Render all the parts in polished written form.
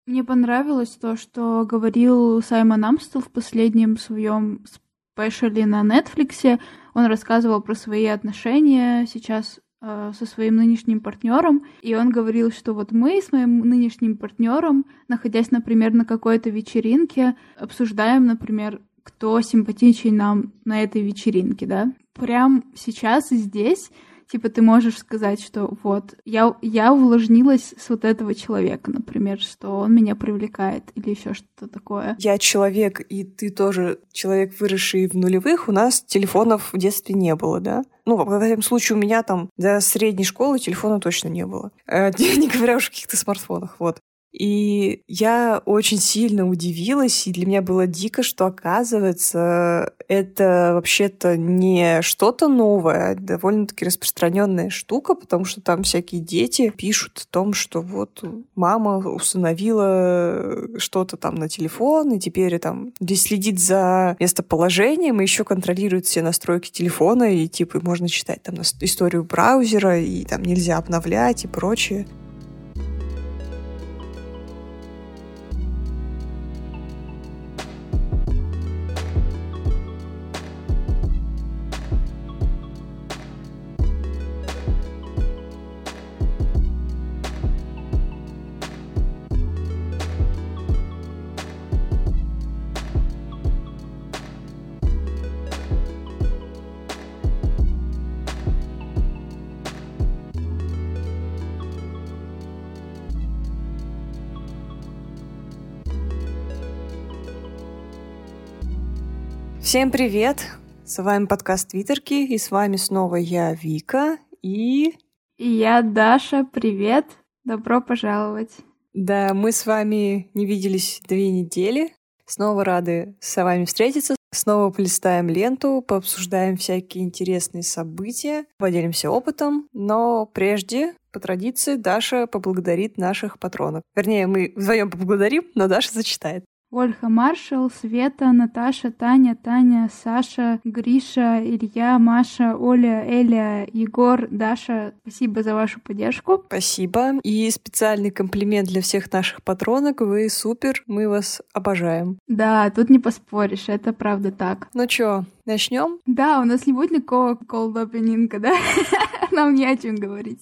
Мне понравилось то, что говорил Саймон Амстел в последнем своем спешале на Netflix. Он рассказывал про свои отношения сейчас со своим нынешним партнером, и он говорил, что вот мы с моим нынешним партнером, находясь, например, на какой-то вечеринке, обсуждаем, например, кто симпатичнее нам на этой вечеринке, да. Прям сейчас и здесь, типа, ты можешь сказать, что вот, я увлажнилась с вот этого человека, например, что он меня привлекает или еще что-то такое. Я человек, и ты тоже человек, выросший в нулевых, у нас телефонов в детстве не было, да? Ну, в этом случае у меня там до средней школы телефона точно не было. Не говоря уж о каких-то смартфонах, вот. И я очень сильно удивилась, и для меня было дико, что, оказывается, это вообще-то не что-то новое, а довольно-таки распространенная штука, потому что там всякие дети пишут о том, что вот мама установила что-то там на телефон, и теперь там здесь следит за местоположением, и еще контролирует все настройки телефона, и типа можно читать там историю браузера, и там нельзя обновлять и прочее. Всем привет! С вами подкаст Твиттерки, и с вами снова я, Вика, и я, Даша. Привет! Добро пожаловать! Да, мы с вами не виделись 2 недели. Снова рады с вами встретиться. Снова полистаем ленту, пообсуждаем всякие интересные события, поделимся опытом. Но прежде, по традиции, Даша поблагодарит наших патронов. Вернее, мы вдвоем поблагодарим, но Даша зачитает. Ольга Маршал, Света, Наташа, Таня, Саша, Гриша, Илья, Маша, Оля, Эля, Егор, Даша. Спасибо за вашу поддержку. Спасибо. И специальный комплимент для всех наших патронок. Вы супер, мы вас обожаем. Да, тут не поспоришь, это правда так. Ну чё, начнем? Да, у нас не будет никакого колд-опенинга, да? Нам не о чем говорить.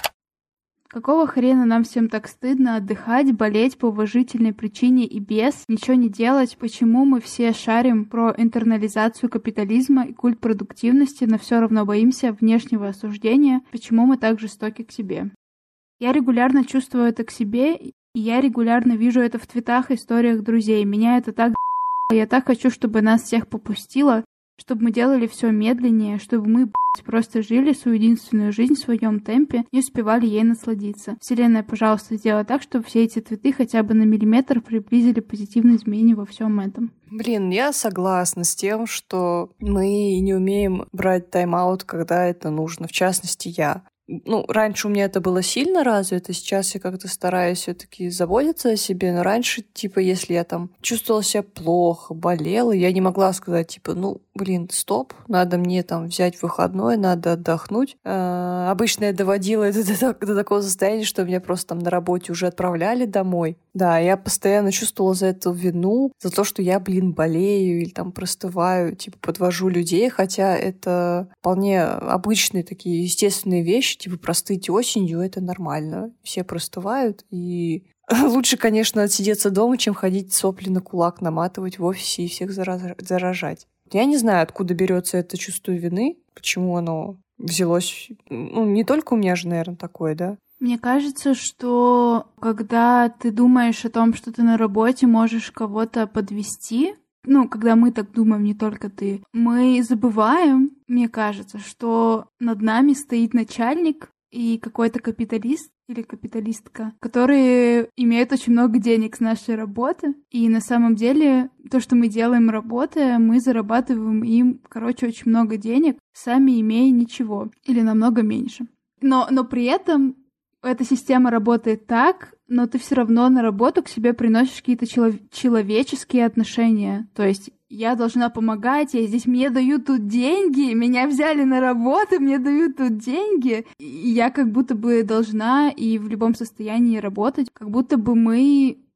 Какого хрена нам всем так стыдно отдыхать, болеть по уважительной причине и без, ничего не делать? Почему мы все шарим про интернализацию капитализма и культ продуктивности, но все равно боимся внешнего осуждения? Почему мы так жестоки к себе? Я регулярно чувствую это к себе, и я регулярно вижу это в твитах и историях друзей. Меня это так заебало. Я так хочу, чтобы нас всех попустило, чтобы мы делали все медленнее, чтобы мы, просто жили свою единственную жизнь в своем темпе, не успевали ей насладиться. Вселенная, пожалуйста, сделай так, чтобы все эти твиты хотя бы на миллиметр приблизили позитивные изменения во всем этом. Блин, я согласна с тем, что мы не умеем брать тайм-аут, когда это нужно. В частности, я. Ну, раньше у меня это было сильно развито, сейчас я как-то стараюсь все-таки заботиться о себе, но раньше, типа, если я там чувствовала себя плохо, болела, я не могла сказать, типа, ну, блин, стоп, надо мне там взять выходной, надо отдохнуть. Обычно я доводила это до такого состояния, что меня просто там на работе уже отправляли домой. Да, я постоянно чувствовала за это вину, за то, что я, блин, болею или там простываю, типа, подвожу людей, хотя это вполне обычные такие естественные вещи, типа, простыть осенью — это нормально. Все простывают, и лучше, конечно, отсидеться дома, чем ходить сопли на кулак, наматывать в офисе и всех заражать. Я не знаю, откуда берется это чувство вины, почему оно взялось. Ну, не только у меня же, наверное, такое, да? Мне кажется, что когда ты думаешь о том, что ты на работе можешь кого-то подвести, ну, когда мы так думаем, не только ты, мы забываем, мне кажется, что над нами стоит начальник и какой-то капиталист или капиталистка, которые имеют очень много денег с нашей работы. И на самом деле то, что мы делаем, работая, мы зарабатываем им, очень много денег, сами имея ничего или намного меньше. Но при этом эта система работает так, но ты все равно на работу к себе приносишь какие-то человеческие отношения. То есть я должна помогать, мне дают тут деньги, меня взяли на работу, мне дают тут деньги. И я как будто бы должна и в любом состоянии работать, как будто бы мы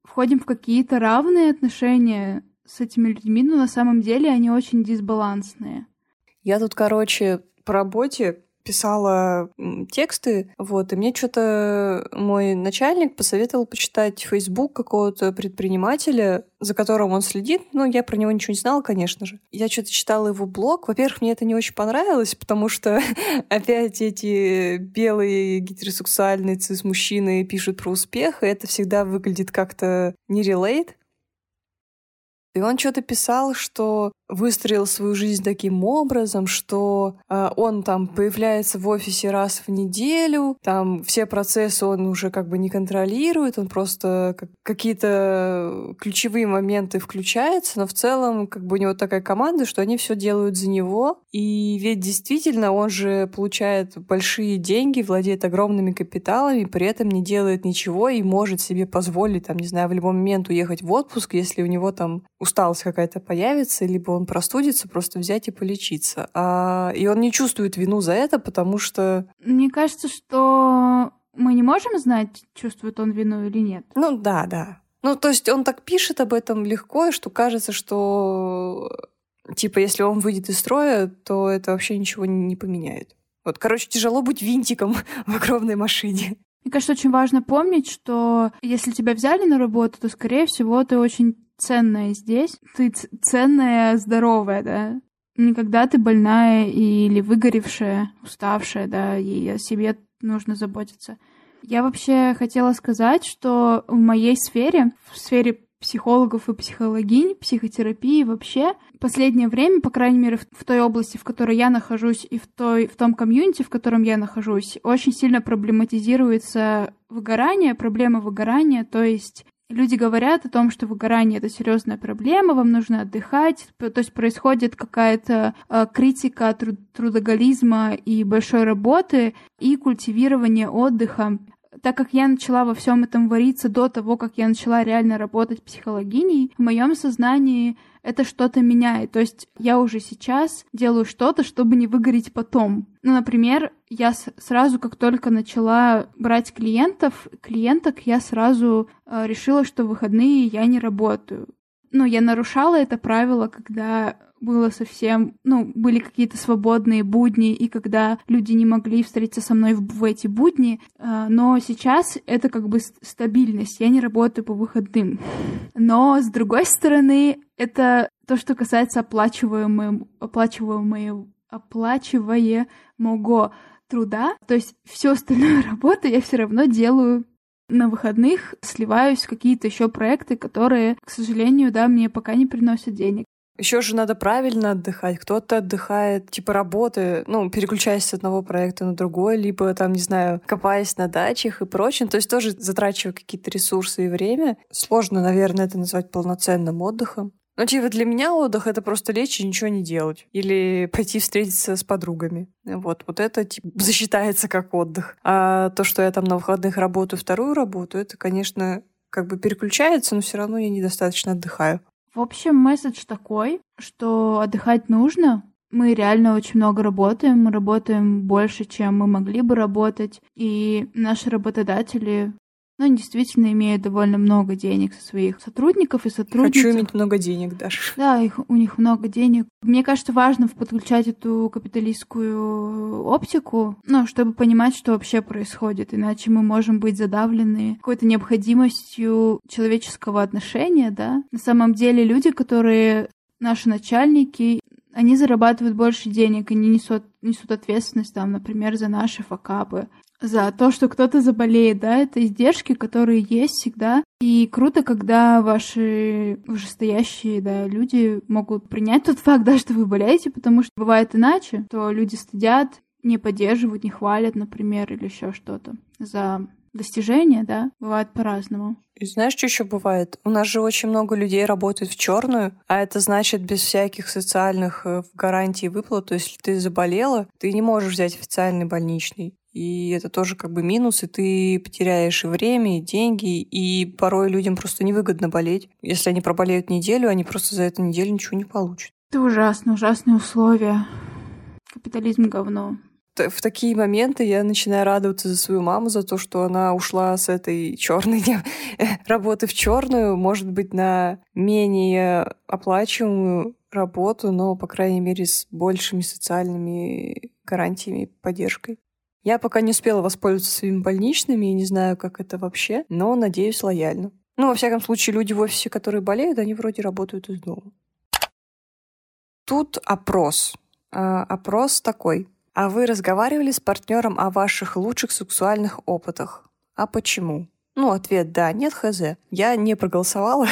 входим в какие-то равные отношения с этими людьми, но на самом деле они очень дисбалансные. Я тут, короче, по работе писала тексты, вот, и мне что-то мой начальник посоветовал почитать Facebook какого-то предпринимателя, за которым он следит. Ну, я про него ничего не знала, конечно же. Я что-то читала его блог. Во-первых, мне это не очень понравилось, потому что опять эти белые гетеросексуальные цис-мужчины пишут про успех, и это всегда выглядит как-то не релейт. И он что-то писал, что выстроил свою жизнь таким образом, что он там появляется в офисе раз в неделю, там все процессы он уже как бы не контролирует, он просто какие-то ключевые моменты включается, но в целом как бы у него такая команда, что они все делают за него. И ведь действительно он же получает большие деньги, владеет огромными капиталами, при этом не делает ничего и может себе позволить, там, не знаю, в любой момент уехать в отпуск, если у него там усталость какая-то появится, либо он простудится, просто взять и полечиться. И он не чувствует вину за это, потому что... Мне кажется, что мы не можем знать, чувствует он вину или нет. Ну да. Ну, то есть он так пишет об этом легко, что кажется, что типа если он выйдет из строя, то это вообще ничего не поменяет. Вот, короче, тяжело быть винтиком в огромной машине. Мне кажется, очень важно помнить, что если тебя взяли на работу, то, скорее всего, ты очень ценная здесь. Ты ценная, здоровая, да. Никогда ты больная или выгоревшая, уставшая, да, и о себе нужно заботиться. Я вообще хотела сказать, что в моей сфере, в сфере психологов и психологинь, психотерапии вообще, в последнее время, по крайней мере, в той области, в которой я нахожусь, и в том комьюнити, в котором я нахожусь, очень сильно проблематизируется выгорание, проблема выгорания, то есть люди говорят о том, что выгорание — это серьезная проблема, вам нужно отдыхать, то есть происходит какая-то критика трудоголизма и большой работы и культивирование отдыха. Так как я начала во всем этом вариться до того, как я начала реально работать психологиней, в моем сознании это что-то меняет. То есть я уже сейчас делаю что-то, чтобы не выгореть потом. Ну, например, я сразу, как только начала брать клиенток, я сразу решила, что в выходные я не работаю. Ну, я нарушала это правило, когда было совсем, были какие-то свободные будни, и когда люди не могли встретиться со мной в эти будни, но сейчас это как бы стабильность, я не работаю по выходным. Но, с другой стороны, это то, что касается оплачиваемого труда, то есть всю остальную работу я все равно делаю на выходных, сливаюсь в какие-то еще проекты, которые, к сожалению, да, мне пока не приносят денег. Еще же надо правильно отдыхать. Кто-то отдыхает, типа работы, переключаясь с одного проекта на другой, либо там, не знаю, копаясь на дачах и прочем. То есть тоже затрачивая какие-то ресурсы и время. Сложно, наверное, это назвать полноценным отдыхом. Для меня отдых — это просто лечь и ничего не делать. Или пойти встретиться с подругами. Вот это засчитается как отдых. А то, что я там на выходных работаю вторую работу, это, конечно, как бы переключается, но все равно я недостаточно отдыхаю. В общем, месседж такой, что отдыхать нужно. Мы реально очень много работаем, мы работаем больше, чем мы могли бы работать. И наши работодатели, действительно имеют довольно много денег со своих сотрудников и сотрудниц. Хочу иметь много денег даже. Да, у них много денег. Мне кажется, важно подключать эту капиталистскую оптику, чтобы понимать, что вообще происходит. Иначе мы можем быть задавлены какой-то необходимостью человеческого отношения, да. На самом деле люди, которые наши начальники, они зарабатывают больше денег, они несут ответственность, там, например, за наши факапы, за то, что кто-то заболеет, да, это издержки, которые есть всегда. И круто, когда ваши вышестоящие, да, люди могут принять тот факт, да, что вы болеете, потому что бывает иначе, то люди стыдят, не поддерживают, не хвалят, например, или еще что-то за достижения, да, бывает по-разному. И знаешь, что еще бывает? У нас же очень много людей работает в черную, а это значит без всяких социальных гарантий и выплат. То есть, если ты заболела, ты не можешь взять официальный больничный. И это тоже как бы минус, и ты потеряешь и время, и деньги, и порой людям просто невыгодно болеть. Если они проболеют неделю, они просто за эту неделю ничего не получат. Это ужасно, ужасные условия. Капитализм — говно. в такие моменты я начинаю радоваться за свою маму, за то, что она ушла с этой черной работы в черную, может быть, на менее оплачиваемую работу, но, по крайней мере, с большими социальными гарантиями и поддержкой. Я пока не успела воспользоваться своими больничными и не знаю, как это вообще, но надеюсь лояльно. Ну, во всяком случае, люди в офисе, которые болеют, они вроде работают из дома. Тут опрос. Опрос такой. А вы разговаривали с партнером о ваших лучших сексуальных опытах? А почему? Ну, ответ «да», нет, хз. Я не проголосовала.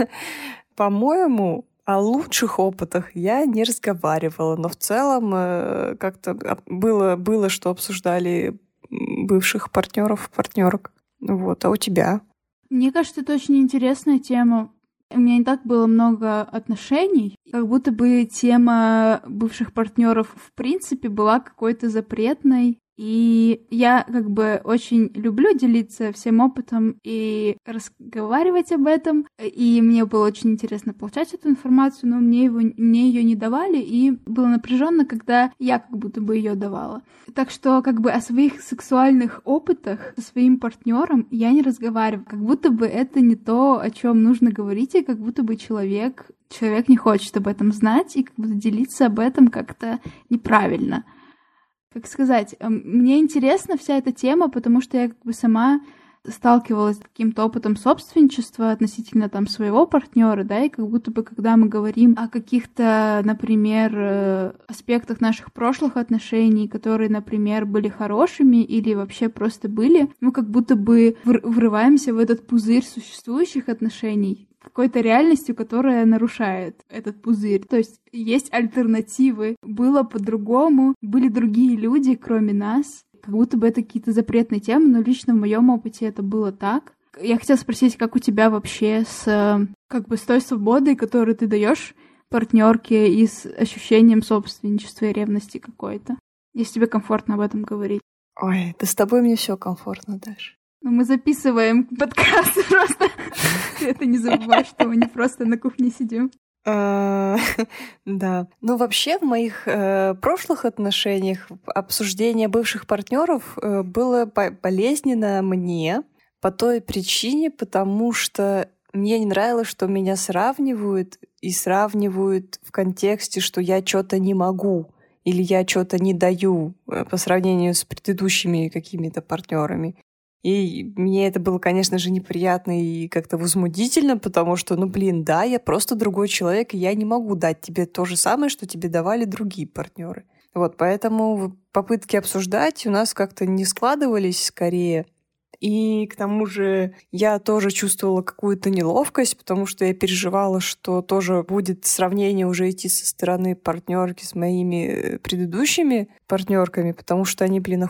По-моему, о лучших опытах я не разговаривала, но в целом как-то было, что обсуждали бывших партнеров, партнерок. Вот, а у тебя? Мне кажется, это очень интересная тема. У меня не так было много отношений, как будто бы тема бывших партнеров в принципе была какой-то запретной. И я как бы очень люблю делиться всем опытом и разговаривать об этом. И мне было очень интересно получать эту информацию, но мне ее не давали, и было напряженно, когда я как будто бы ее давала. Так что как бы о своих сексуальных опытах со своим партнером я не разговариваю. Как будто бы это не то, о чем нужно говорить, и как будто бы человек не хочет об этом знать, и как будто делиться об этом как-то неправильно. Как сказать, мне интересна вся эта тема, потому что я как бы сама сталкивалась с каким-то опытом собственничества относительно там своего партнера, да, и как будто бы, когда мы говорим о каких-то, например, аспектах наших прошлых отношений, которые, например, были хорошими или вообще просто были, мы как будто бы врываемся в этот пузырь существующих отношений, какой-то реальностью, которая нарушает этот пузырь. То есть альтернативы. Было по-другому, были другие люди, кроме нас. Как будто бы это какие-то запретные темы, но лично в моем опыте это было так. Я хотела спросить, как у тебя вообще с той свободой, которую ты даешь партнерке, и с ощущением собственничества и ревности какой-то? Если тебе комфортно об этом говорить. Ой, да с тобой мне все комфортно, Даш. Но мы записываем подкаст просто. Ты это не забывай, что мы не просто на кухне сидим. Да. Ну, вообще, в моих прошлых отношениях обсуждение бывших партнеров было болезненно мне по той причине, потому что мне не нравилось, что меня сравнивают в контексте, что я что-то не могу или я что-то не даю по сравнению с предыдущими какими-то партнерами. И мне это было, конечно же, неприятно и как-то возмутительно, потому что, да, я просто другой человек, и я не могу дать тебе то же самое, что тебе давали другие партнеры. Вот, поэтому попытки обсуждать у нас как-то не складывались скорее. И к тому же я тоже чувствовала какую-то неловкость, потому что я переживала, что тоже будет сравнение уже идти со стороны партнерки с моими предыдущими партнерками, потому что они, охуенные.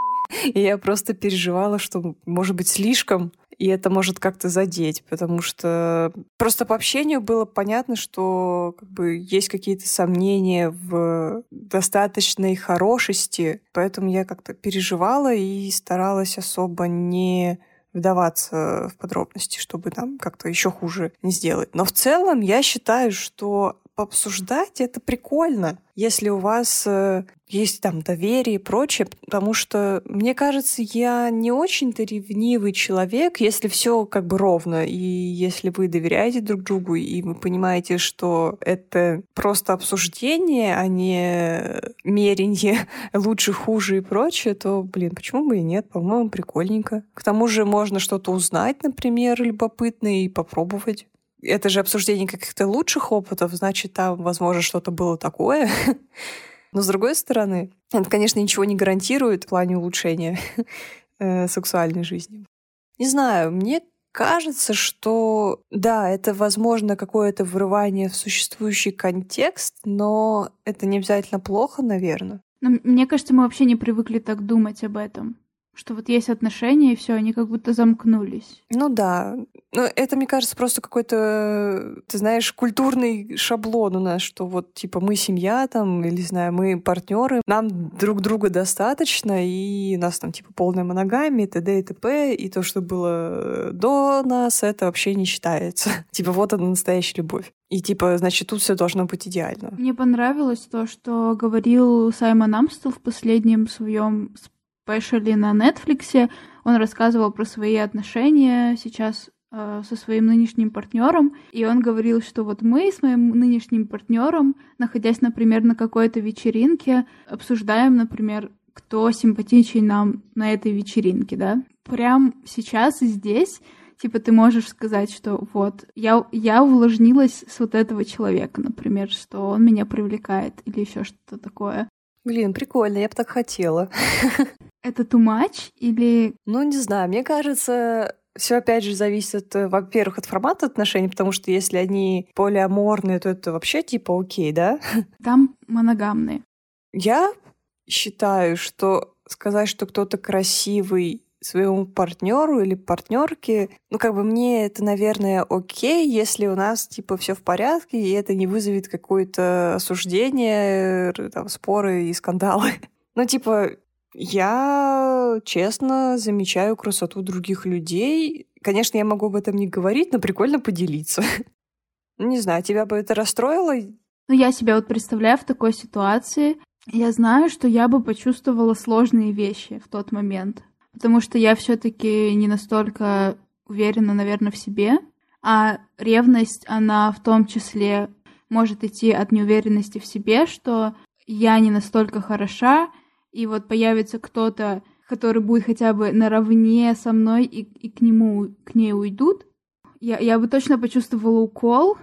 И я просто переживала, что, может быть, слишком, и это может как-то задеть, потому что просто по общению было понятно, что есть какие-то сомнения в достаточной хорошести, поэтому я как-то переживала и старалась особо не вдаваться в подробности, чтобы там как-то еще хуже не сделать. Но в целом я считаю, что пообсуждать это прикольно, если у вас есть там доверие и прочее, потому что, мне кажется, я не очень-то ревнивый человек, если все ровно, и если вы доверяете друг другу, и вы понимаете, что это просто обсуждение, а не меренье лучше, хуже и прочее, то, почему бы и нет? По-моему, прикольненько. К тому же можно что-то узнать, например, любопытное и попробовать. Это же обсуждение каких-то лучших опытов, значит, там, возможно, что-то было такое. Но, с другой стороны, это, конечно, ничего не гарантирует в плане улучшения сексуальной жизни. Не знаю, мне кажется, что, да, это, возможно, какое-то врывание в существующий контекст, но это не обязательно плохо, наверное. Но мне кажется, мы вообще не привыкли так думать об этом. Что вот есть отношения, и все, они как будто замкнулись. Ну да. Но это, мне кажется, просто какой-то, ты знаешь, культурный шаблон у нас, что вот типа мы семья там, или, не знаю, мы партнеры, нам друг друга достаточно, и у нас там типа полная моногамия, т.д. и т.п. И то, что было до нас, это вообще не считается. Типа вот она настоящая любовь. И типа, значит, тут все должно быть идеально. Мне понравилось то, что говорил Саймон Амстел в последнем своем спешале на Netflix. Он рассказывал про свои отношения сейчас со своим нынешним партнером, и он говорил, что вот мы с моим нынешним партнером, находясь, например, на какой-то вечеринке, обсуждаем, например, кто симпатичнее нам на этой вечеринке, да. Прям сейчас и здесь, типа, ты можешь сказать, что вот, я увлажнилась с вот этого человека, например, что он меня привлекает или еще что-то такое. Блин, прикольно, я бы так хотела. Это too much или... Ну, не знаю, мне кажется, все опять же зависит, во-первых, от формата отношений, потому что если они полиаморные, то это вообще типа окей, да? Там моногамные. Я считаю, что сказать, что кто-то красивый своему партнеру или партнерке, ну, как бы мне это, наверное, окей, если у нас, типа, все в порядке, и это не вызовет какое-то осуждение, там, споры и скандалы. Ну, типа, я честно замечаю красоту других людей. Конечно, я могу об этом не говорить, но прикольно поделиться. Ну, не знаю, тебя бы это расстроило? Ну, я себя вот представляю в такой ситуации. Я знаю, что я бы почувствовала сложные вещи в тот момент. Потому что я все-таки не настолько уверена, наверное, в себе. А ревность, она в том числе может идти от неуверенности в себе, что я не настолько хороша, и вот появится кто-то, который будет хотя бы наравне со мной, и к ней уйдут. Я бы точно почувствовала укол,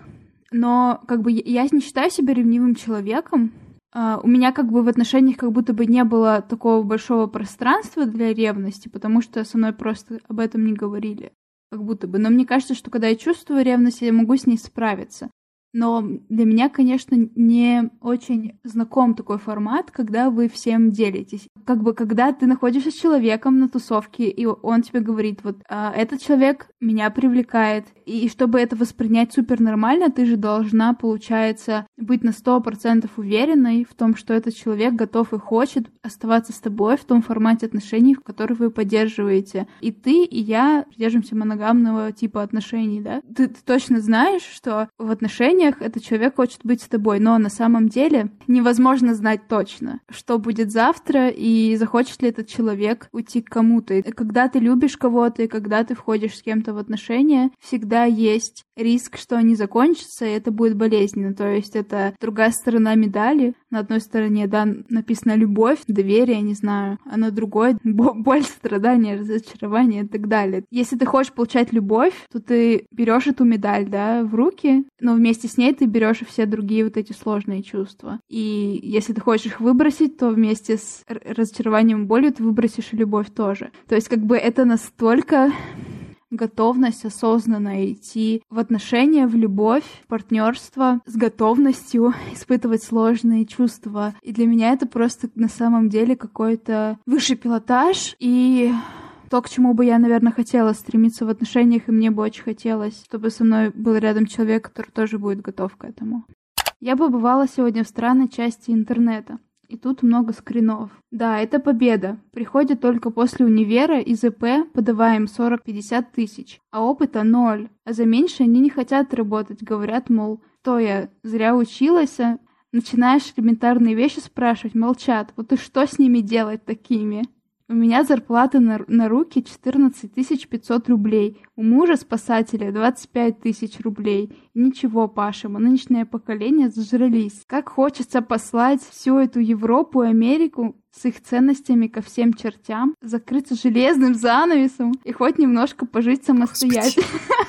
но как бы я не считаю себя ревнивым человеком. У меня как бы в отношениях как будто бы не было такого большого пространства для ревности, потому что со мной просто об этом не говорили. Как будто бы. Но мне кажется, что когда я чувствую ревность, я могу с ней справиться. Но для меня, конечно, не очень знаком такой формат, когда вы всем делитесь. Как бы, когда ты находишься с человеком на тусовке, и он тебе говорит, вот, этот человек меня привлекает, и чтобы это воспринять супер нормально, ты же должна, получается, быть на 100% уверенной в том, что этот человек готов и хочет оставаться с тобой в том формате отношений, в который вы поддерживаете. И ты, и я держимся моногамного типа отношений, да? Ты точно знаешь, что в отношениях этот человек хочет быть с тобой, но на самом деле невозможно знать точно, что будет завтра и захочет ли этот человек уйти к кому-то. И когда ты любишь кого-то и когда ты входишь с кем-то в отношения, всегда есть риск, что они закончатся, и это будет болезненно. То есть это другая сторона медали. На одной стороне, да, написано любовь, доверие, не знаю, а на другой боль, страдания, разочарование и так далее. Если ты хочешь получать любовь, то ты берешь эту медаль, да, в руки, но вместе с ней ты берешь и все другие вот эти сложные чувства. И если ты хочешь их выбросить, то вместе с разочарованием и болью ты выбросишь и любовь тоже. То есть как бы это настолько готовность осознанно идти в отношения, в любовь, в партнерство с готовностью испытывать сложные чувства. И для меня это просто на самом деле какой-то высший пилотаж и то, к чему бы я, наверное, хотела стремиться в отношениях, и мне бы очень хотелось, чтобы со мной был рядом человек, который тоже будет готов к этому. Я побывала сегодня в странной части интернета. И тут много скринов. Да, это победа. Приходят только после универа из ИП, подаваем 40-50 тысяч. А опыта 0. А за меньше они не хотят работать. Говорят, мол, что я зря училась. Начинаешь элементарные вещи спрашивать, молчат. Вот и что с ними делать такими? У меня зарплата на руки 14 500 рублей. У мужа спасателя 25 тысяч рублей. И ничего, Паша, мы нынешнее поколение зажрались. Как хочется послать всю эту Европу и Америку с их ценностями ко всем чертям, закрыться железным занавесом и хоть немножко пожить самостоятельно.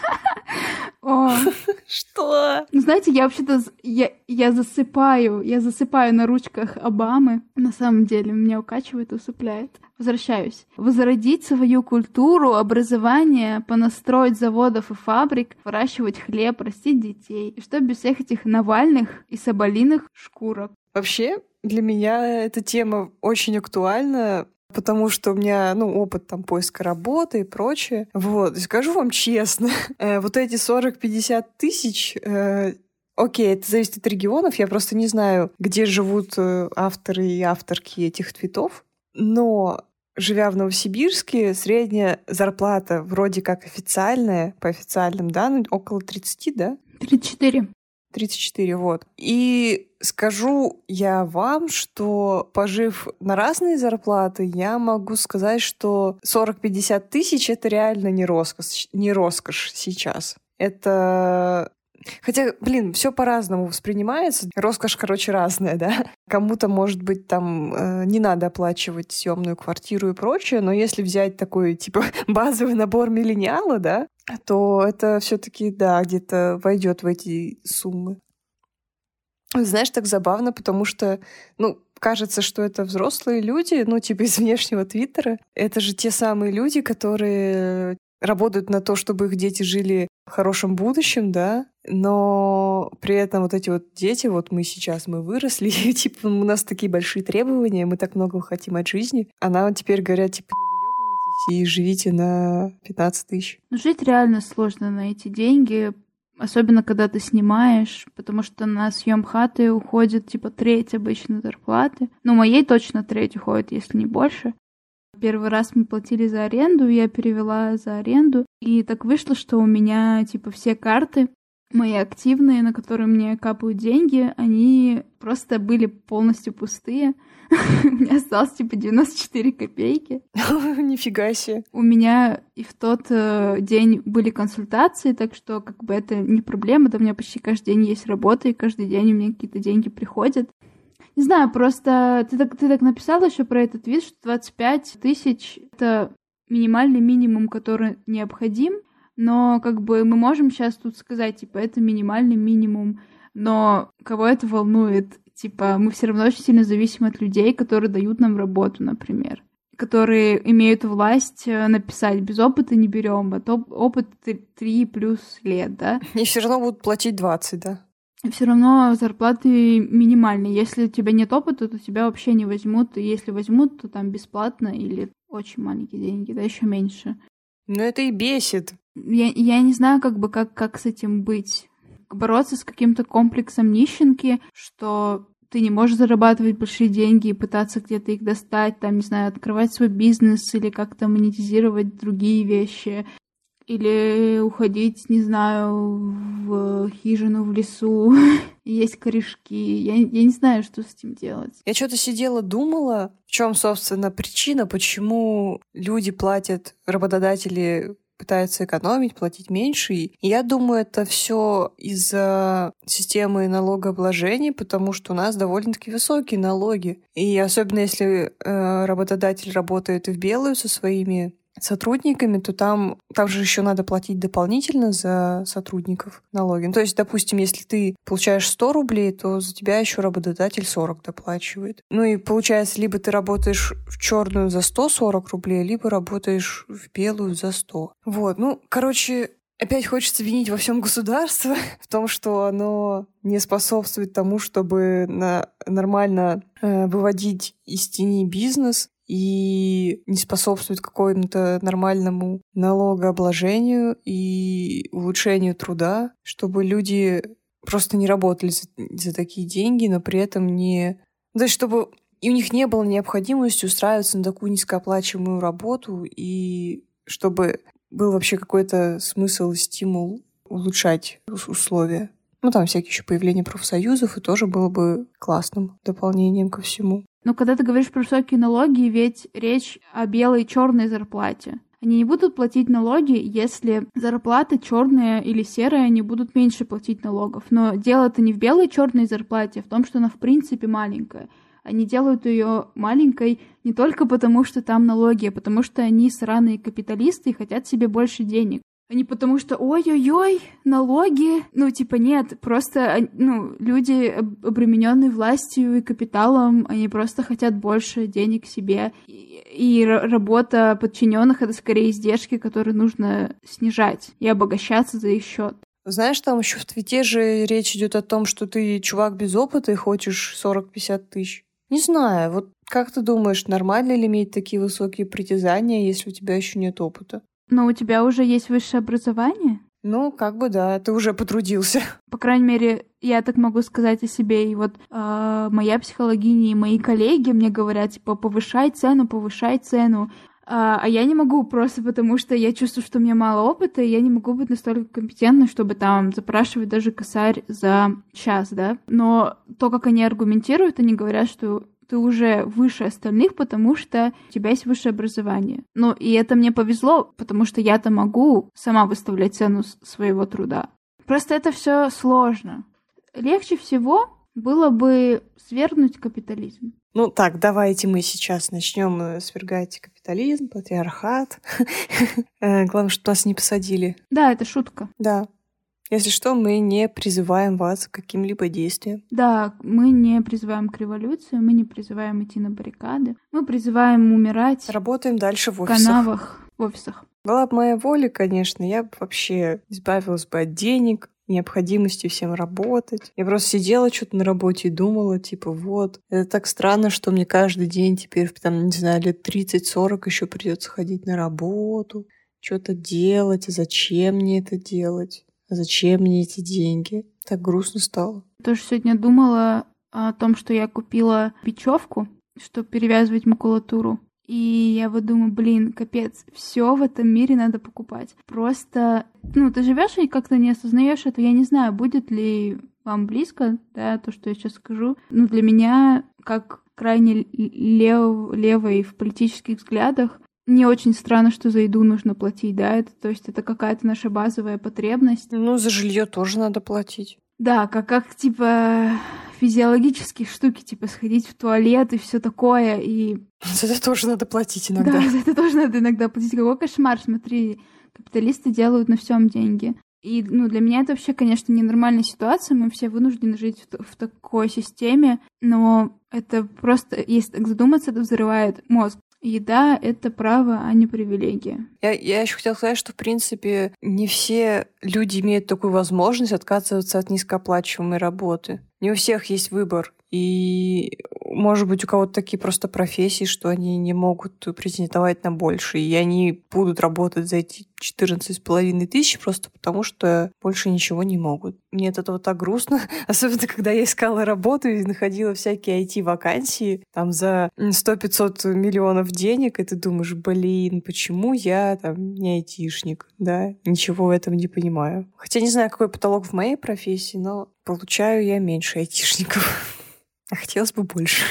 Что? Ну, знаете, я вообще-то я засыпаю на ручках Обамы. На самом деле, меня укачивает и усыпляет. Возвращаюсь. Возродить свою культуру, образование, понастроить заводов и фабрик, выращивать хлеб, растить детей. И что без всех этих Навальных и соболиных шкурок. Вообще, для меня эта тема очень актуальна, потому что у меня, опыт там поиска работы и прочее. Вот, и скажу вам честно, вот эти 40-50 тысяч, окей, это зависит от регионов, я просто не знаю, где живут авторы и авторки этих твитов, но живя в Новосибирске, средняя зарплата вроде как официальная, по официальным данным, около 30, да? 34. 34, вот. И скажу я вам, что, пожив на разные зарплаты, я могу сказать, что 40-50 тысяч — это реально не роскошь сейчас. Это... Хотя, блин, все по-разному воспринимается. Роскошь, разная, да? Кому-то, может быть, там не надо оплачивать съемную квартиру и прочее, но если взять такой, типа, базовый набор миллениала, да, то это все-таки, да, где-то войдет в эти суммы. Знаешь, так забавно, потому что, кажется, что это взрослые люди, типа из внешнего Твиттера. Это же те самые люди, которые работают на то, чтобы их дети жили в хорошем будущем, да, но при этом вот эти вот дети, вот мы выросли, и, типа, у нас такие большие требования, мы так много хотим от жизни, а нам теперь говорят, типа, не выебывайтесь и живите на 15 тысяч. Жить реально сложно на эти деньги, особенно когда ты снимаешь, потому что на съем хаты уходит, типа, треть обычно зарплаты. Моей точно треть уходит, если не больше. Первый раз мы платили за аренду, я перевела за аренду, и так вышло, что у меня, типа, все карты мои активные, на которые мне капают деньги, они просто были полностью пустые. У меня осталось, типа, 94 копейки. Нифига себе. У меня и в тот день были консультации, так что, как бы, это не проблема, да, у меня почти каждый день есть работа, и каждый день у меня какие-то деньги приходят. Не знаю, просто ты так написала еще про этот твит, что 25 тысяч — это минимальный минимум, который необходим, но как бы мы можем сейчас тут сказать, типа, это минимальный минимум, но кого это волнует? Типа, мы все равно очень сильно зависим от людей, которые дают нам работу, например, которые имеют власть написать: без опыта не берем, а то опыт 3+ лет, да? И все равно будут платить 20, да? Все равно зарплаты минимальные. Если у тебя нет опыта, то тебя вообще не возьмут. И если возьмут, то там бесплатно или очень маленькие деньги, да, еще меньше. Но это и бесит. Я не знаю, как с этим быть. Бороться с каким-то комплексом нищенки, что ты не можешь зарабатывать большие деньги и пытаться где-то их достать, там, не знаю, открывать свой бизнес или как-то монетизировать другие вещи. Или уходить, не знаю, в хижину в лесу, есть корешки. Я не знаю, что с этим делать. Я что-то сидела, думала, в чем, собственно, причина, почему люди платят, работодатели пытаются экономить, платить меньше. И я думаю, это все из-за системы налогообложения, потому что у нас довольно-таки высокие налоги. И особенно если работодатель работает в белую со своими сотрудниками, то там же еще надо платить дополнительно за сотрудников налоги. То есть, допустим, если ты получаешь 100 рублей, то за тебя еще работодатель 40 доплачивает. И получается, либо ты работаешь в черную за 140 рублей, либо работаешь в белую за 100. Вот, опять хочется винить во всем государство в том, что оно не способствует тому, чтобы нормально выводить из тени бизнес, и не способствует какому-то нормальному налогообложению и улучшению труда, чтобы люди просто не работали за такие деньги, но при этом не... То есть чтобы и у них не было необходимости устраиваться на такую низкооплачиваемую работу, и чтобы был вообще какой-то смысл и стимул улучшать условия. Там всякие еще появления профсоюзов, и тоже было бы классным дополнением ко всему. Но когда ты говоришь про высокие налоги, ведь речь о белой и черной зарплате. Они не будут платить налоги, если зарплата черная или серая, они будут меньше платить налогов. Но дело-то не в белой и черной зарплате, а в том, что она в принципе маленькая. Они делают ее маленькой не только потому, что там налоги, а потому что они сраные капиталисты и хотят себе больше денег. А не потому что ой-ой-ой, налоги. Нет, просто люди, обремененные властью и капиталом, они просто хотят больше денег себе. И работа подчиненных — это скорее издержки, которые нужно снижать и обогащаться за их счет. Знаешь, там еще в твите же речь идет о том, что ты чувак без опыта и хочешь 40-50 тысяч. Не знаю, вот как ты думаешь, нормально ли иметь такие высокие притязания, если у тебя еще нет опыта? Но у тебя уже есть высшее образование? Да, ты уже потрудился. По крайней мере, я так могу сказать о себе. И вот моя психологиня и мои коллеги мне говорят, типа, повышай цену. А я не могу просто потому, что я чувствую, что у меня мало опыта, и я не могу быть настолько компетентной, чтобы там запрашивать даже косарь за час, да. Но то, как они аргументируют, они говорят, что ты уже выше остальных, потому что у тебя есть высшее образование. Ну, и это мне повезло, потому что я-то могу сама выставлять цену своего труда. Просто это все сложно. Легче всего было бы свергнуть капитализм. Ну так, давайте мы сейчас начнем свергать капитализм, патриархат. Главное, чтобы нас не посадили. Да, это шутка. Да. Если что, мы не призываем вас к каким-либо действиям. Да, мы не призываем к революции, мы не призываем идти на баррикады. Мы призываем умирать Работаем дальше в в офисах. канавах, в офисах. Была бы моя воля, конечно, я бы вообще избавилась бы от денег, необходимости всем работать. Я просто сидела что-то на работе и думала, типа, вот, это так странно, что мне каждый день теперь, там, не знаю, лет 30-40 еще придется ходить на работу, что-то делать, а зачем мне это делать? А зачем мне эти деньги? Так грустно стало. Тоже сегодня думала о том, что я купила бечевку, чтобы перевязывать макулатуру. И я вот думаю, блин, капец, все в этом мире надо покупать. Просто, ты живешь и как-то не осознаешь это. Я не знаю, будет ли вам близко, да, то, что я сейчас скажу. Для меня, как крайне левой в политических взглядах, мне очень странно, что за еду нужно платить, да, то есть это какая-то наша базовая потребность. За жилье тоже надо платить. Да, как типа физиологические штуки, типа сходить в туалет и все такое, и... За это тоже надо платить иногда. Да, за это тоже надо иногда платить. Какой кошмар, смотри, капиталисты делают на всем деньги. И, для меня это вообще, конечно, ненормальная ситуация, мы все вынуждены жить в такой системе, но это просто, если так задуматься, это взрывает мозг. Еда — это право, а не привилегия. Я еще хотела сказать, что, в принципе, не все люди имеют такую возможность отказываться от низкооплачиваемой работы. Не у всех есть выбор. И, может быть, у кого-то такие просто профессии, что они не могут претендовать на больше. И они будут работать за эти 14,5 тысяч просто потому, что больше ничего не могут. Мне от этого так грустно. Особенно, когда я искала работу и находила всякие IT-вакансии там за 100-500 миллионов денег, и ты думаешь, блин, почему я там не айтишник, да? Ничего в этом не понимаю. Хотя не знаю, какой потолок в моей профессии, но получаю я меньше айтишников. А хотелось бы больше.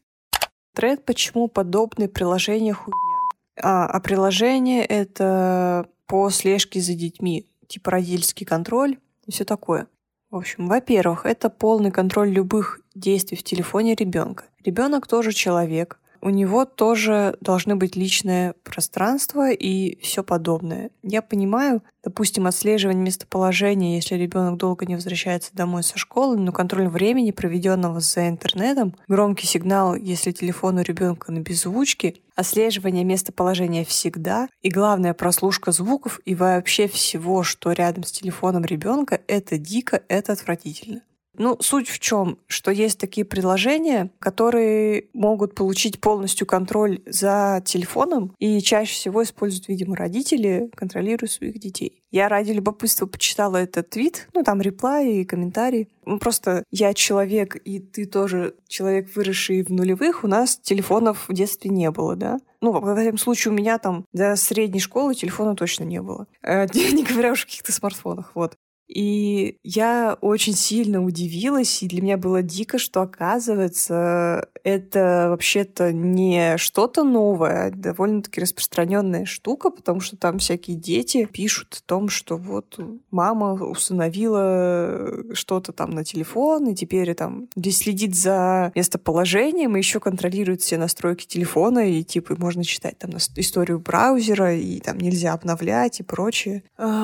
Тред, почему подобные приложения хуйня? А приложение — это по слежке за детьми, типа родительский контроль и все такое. В общем, во-первых, это полный контроль любых действий в телефоне ребенка. Ребенок тоже человек. У него тоже должны быть личное пространство и все подобное. Я понимаю, допустим, отслеживание местоположения, если ребенок долго не возвращается домой со школы, но контроль времени, проведенного за интернетом, громкий сигнал, если телефон у ребенка на беззвучке, отслеживание местоположения всегда, и главное, прослушка звуков и вообще всего, что рядом с телефоном ребенка, это дико, это отвратительно. Суть в чем, что есть такие приложения, которые могут получить полностью контроль за телефоном, и чаще всего используют, видимо, родители, контролируя своих детей. Я ради любопытства почитала этот твит, там реплай и комментарии. Просто я человек, и ты тоже человек, выросший в нулевых, у нас телефонов в детстве не было, да? В этом случае у меня там до средней школы телефона точно не было. Не говоря уж о каких-то смартфонах, вот. И я очень сильно удивилась, и для меня было дико, что, оказывается, это вообще-то не что-то новое, а довольно-таки распространенная штука, потому что там всякие дети пишут о том, что вот мама установила что-то там на телефон, и теперь там следит за местоположением, и еще контролирует все настройки телефона, и типа можно читать там историю браузера, и там нельзя обновлять и прочее.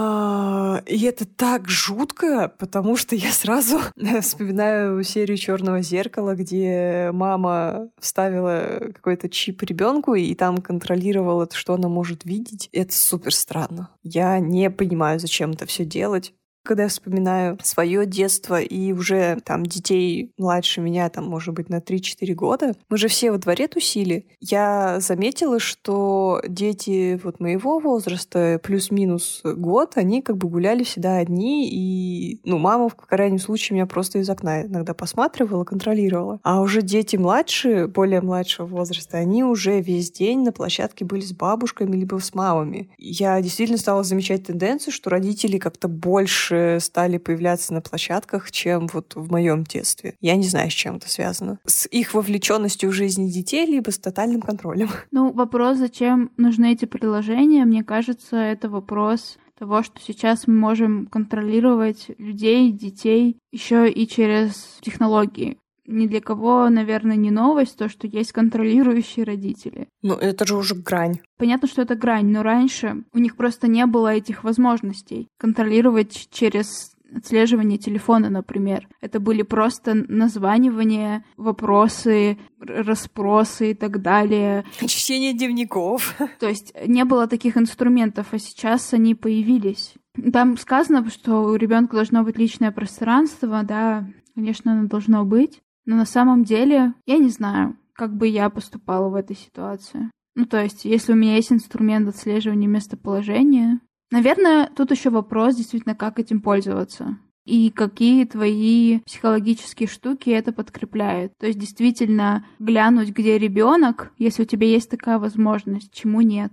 И это так жутко, потому что я сразу вспоминаю серию «Черного зеркала», где мама вставила какой-то чип ребенку и там контролировала, что она может видеть. Это супер странно. Я не понимаю, зачем это все делать. Когда я вспоминаю свое детство и уже там детей младше меня, там, может быть, на 3-4 года, мы же все во дворе тусили. Я заметила, что дети вот моего возраста, плюс-минус год, они как бы гуляли всегда одни, и, мама в крайнем случае меня просто из окна иногда посматривала, контролировала. А уже дети младшие, более младшего возраста, они уже весь день на площадке были с бабушками либо с мамами. Я действительно стала замечать тенденцию, что родители как-то больше стали появляться на площадках, чем вот в моем детстве. Я не знаю, с чем это связано. С их вовлеченностью в жизни детей, либо с тотальным контролем. Вопрос, зачем нужны эти приложения, мне кажется, это вопрос того, что сейчас мы можем контролировать людей, детей еще и через технологии. Ни для кого, наверное, не новость то, что есть контролирующие родители. Это же уже грань. Понятно, что это грань, но раньше у них просто не было этих возможностей контролировать через отслеживание телефона, например. Это были просто названивания, вопросы, расспросы и так далее. Чтение дневников. То есть не было таких инструментов, а сейчас они появились. Там сказано, что у ребенка должно быть личное пространство, да, конечно, оно должно быть. Но на самом деле я не знаю, как бы я поступала в этой ситуации. То есть, если у меня есть инструмент отслеживания местоположения, наверное, тут еще вопрос действительно, как этим пользоваться. И какие твои психологические штуки это подкрепляют. То есть, действительно, глянуть, где ребенок, если у тебя есть такая возможность, чему нет.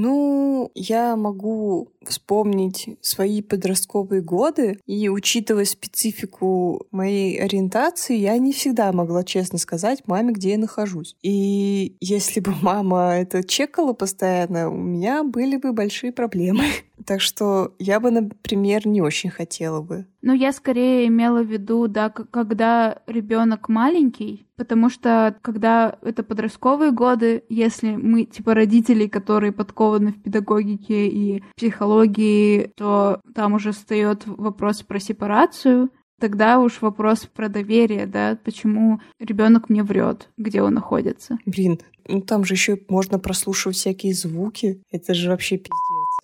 Я могу вспомнить свои подростковые годы, и, учитывая специфику моей ориентации, я не всегда могла честно сказать маме, где я нахожусь. И если бы мама это чекала постоянно, у меня были бы большие проблемы. Так что я бы, например, не очень хотела бы. Я скорее имела в виду, да, когда ребенок маленький, потому что когда это подростковые годы, если мы родители, которые подкованы в педагогике и психологии, то там уже встает вопрос про сепарацию. Тогда уж вопрос про доверие, да, почему ребенок мне врет, где он находится. Там же еще можно прослушивать всякие звуки. Это же вообще пиздец.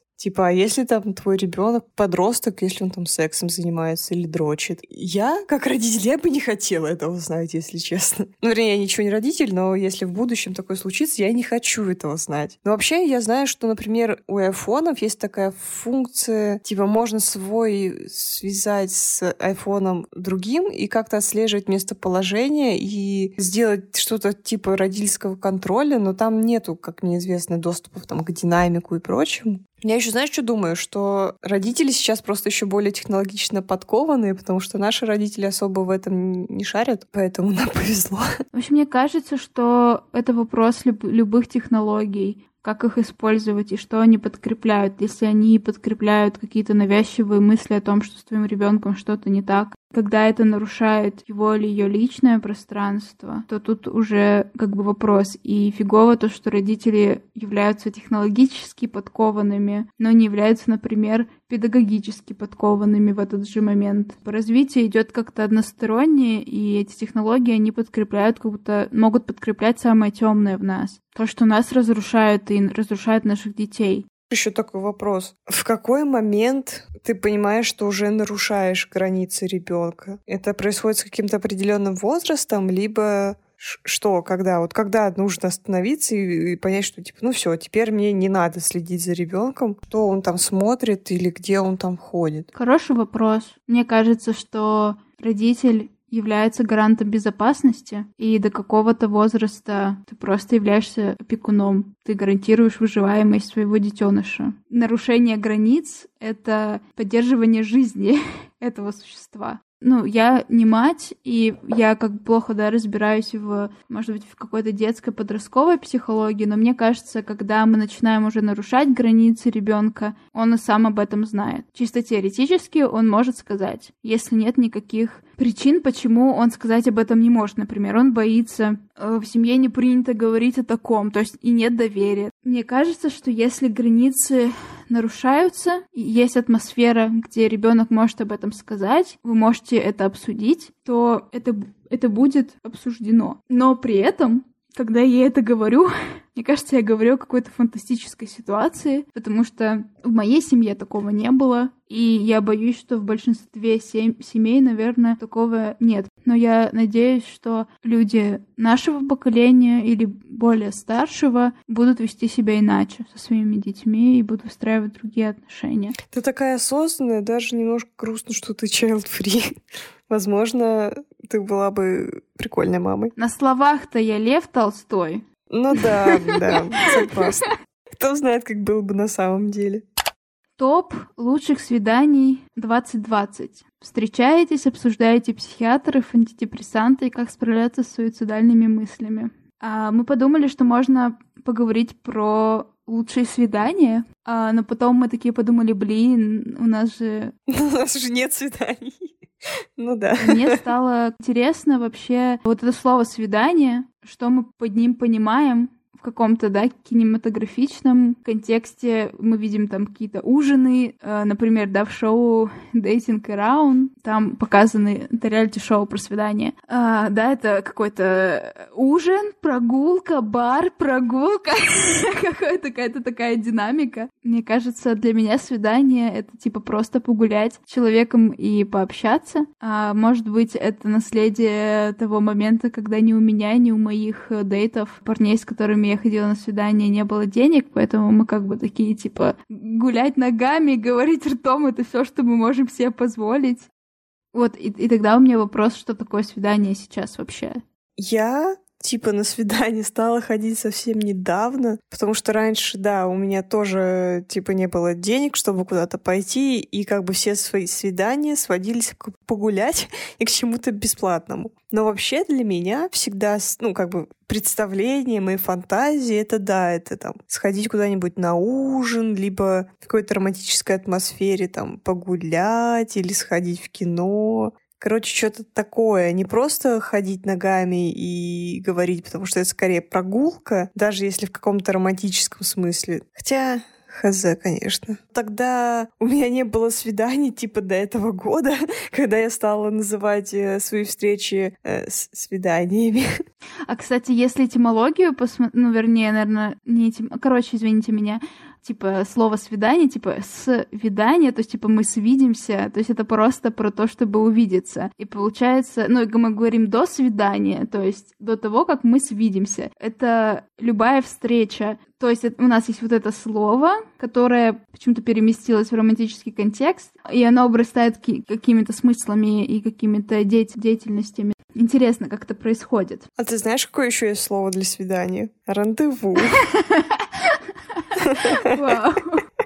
А если там твой ребенок подросток, если он там сексом занимается или дрочит? Я, как родитель, я бы не хотела этого знать, если честно. Вернее, я ничего не родитель, но если в будущем такое случится, я не хочу этого знать. Но вообще я знаю, что, например, у айфонов есть такая функция, можно свой связать с айфоном другим и как-то отслеживать местоположение и сделать что-то типа родительского контроля, но там нету, как мне известно, доступов к динамику и прочему. Я еще, знаешь, что думаю? Что родители сейчас просто еще более технологично подкованные, потому что наши родители особо в этом не шарят, поэтому нам повезло. В общем, мне кажется, что это вопрос любых технологий, как их использовать и что они подкрепляют. Если они подкрепляют какие-то навязчивые мысли о том, что с твоим ребенком что-то не так, когда это нарушает его или ее личное пространство, то тут уже вопрос. И фигово то, что родители являются технологически подкованными, но не являются, например, педагогически подкованными в этот же момент. Развитие идет как-то одностороннее, и эти технологии, они подкрепляют, могут подкреплять самое темное в нас. То, что нас разрушает и разрушает наших детей. Еще такой вопрос. В какой момент ты понимаешь, что уже нарушаешь границы ребенка? Это происходит с каким-то определенным возрастом, либо что, когда? Когда нужно остановиться и понять, что все, теперь мне не надо следить за ребенком, что он там смотрит или где он там ходит? Хороший вопрос. Мне кажется, что родитель является гарантом безопасности, и до какого-то возраста ты просто являешься опекуном. Ты гарантируешь выживаемость своего детеныша. Нарушение границ — это поддерживание жизни этого существа. Я не мать, и я плохо, разбираюсь может быть, в какой-то детской, подростковой психологии, но мне кажется, когда мы начинаем уже нарушать границы ребенка, он и сам об этом знает. Чисто теоретически он может сказать, если нет никаких причин, почему он сказать об этом не может. Например, он боится, в семье не принято говорить о таком, то есть и нет доверия. Мне кажется, что если границы нарушаются, и есть атмосфера, где ребенок может об этом сказать, вы можете это обсудить, то это будет обсуждено. Но при этом когда я это говорю, мне кажется, я говорю о какой-то фантастической ситуации, потому что в моей семье такого не было, и я боюсь, что в большинстве семей, наверное, такого нет. Но я надеюсь, что люди нашего поколения или более старшего будут вести себя иначе со своими детьми и будут выстраивать другие отношения. Ты такая осознанная, даже немножко грустно, что ты child-free. Возможно, ты была бы прикольной мамой. На словах-то я Лев Толстой. Ну да, согласна. Кто знает, как было бы на самом деле. Топ лучших свиданий 2020. Встречаетесь, обсуждаете психиатров, антидепрессанты и как справляться с суицидальными мыслями. Мы подумали, что можно поговорить про лучшие свидания, но потом мы такие подумали, блин, у нас же нет свиданий. Ну да. Мне стало интересно вообще вот это слово «свидание», что мы под ним понимаем в каком-то, да, кинематографичном контексте. Мы видим там какие-то ужины, например, да, в шоу «Dating Around», там показаны, это реалити-шоу про свидание. Да, это какой-то ужин, прогулка, бар, прогулка, какая-то такая динамика. Мне кажется, для меня свидание — это типа просто погулять с человеком и пообщаться. Может быть, это наследие того момента, когда ни у меня, ни у моих дейтов, парней, с которыми я ходила на свидание, не было денег, поэтому мы как бы такие, типа, гулять ногами, говорить ртом — это все, что мы можем себе позволить. Вот, и тогда у меня вопрос, что такое свидание сейчас вообще? Я на свидание стала ходить совсем недавно, потому что раньше, да, у меня тоже, не было денег, чтобы куда-то пойти, и как бы все свои свидания сводились погулять и к чему-то бесплатному. Но вообще для меня всегда, представление, мои фантазии, это там сходить куда-нибудь на ужин, либо в какой-то романтической атмосфере там погулять или сходить в кино. Короче, что-то такое. Не просто ходить ногами и говорить, потому что это скорее прогулка, даже если в каком-то романтическом смысле. Хотя, хз, конечно. Тогда у меня не было свиданий до этого года, когда я стала называть свои встречи свиданиями. Кстати, если этимологию посмотреть, наверное, не короче, извините меня, слово «свидание», «свидание», то есть, мы свидимся, то есть это просто про то, чтобы увидеться. И получается, мы говорим «до свидания», то есть до того, как мы свидимся. Это любая встреча. То есть у нас есть вот это слово, которое почему-то переместилось в романтический контекст, и оно обрастает какими-то смыслами и какими-то деятельностями. Интересно, как это происходит. А ты знаешь, какое еще есть слово для свидания? Рандеву. Вау.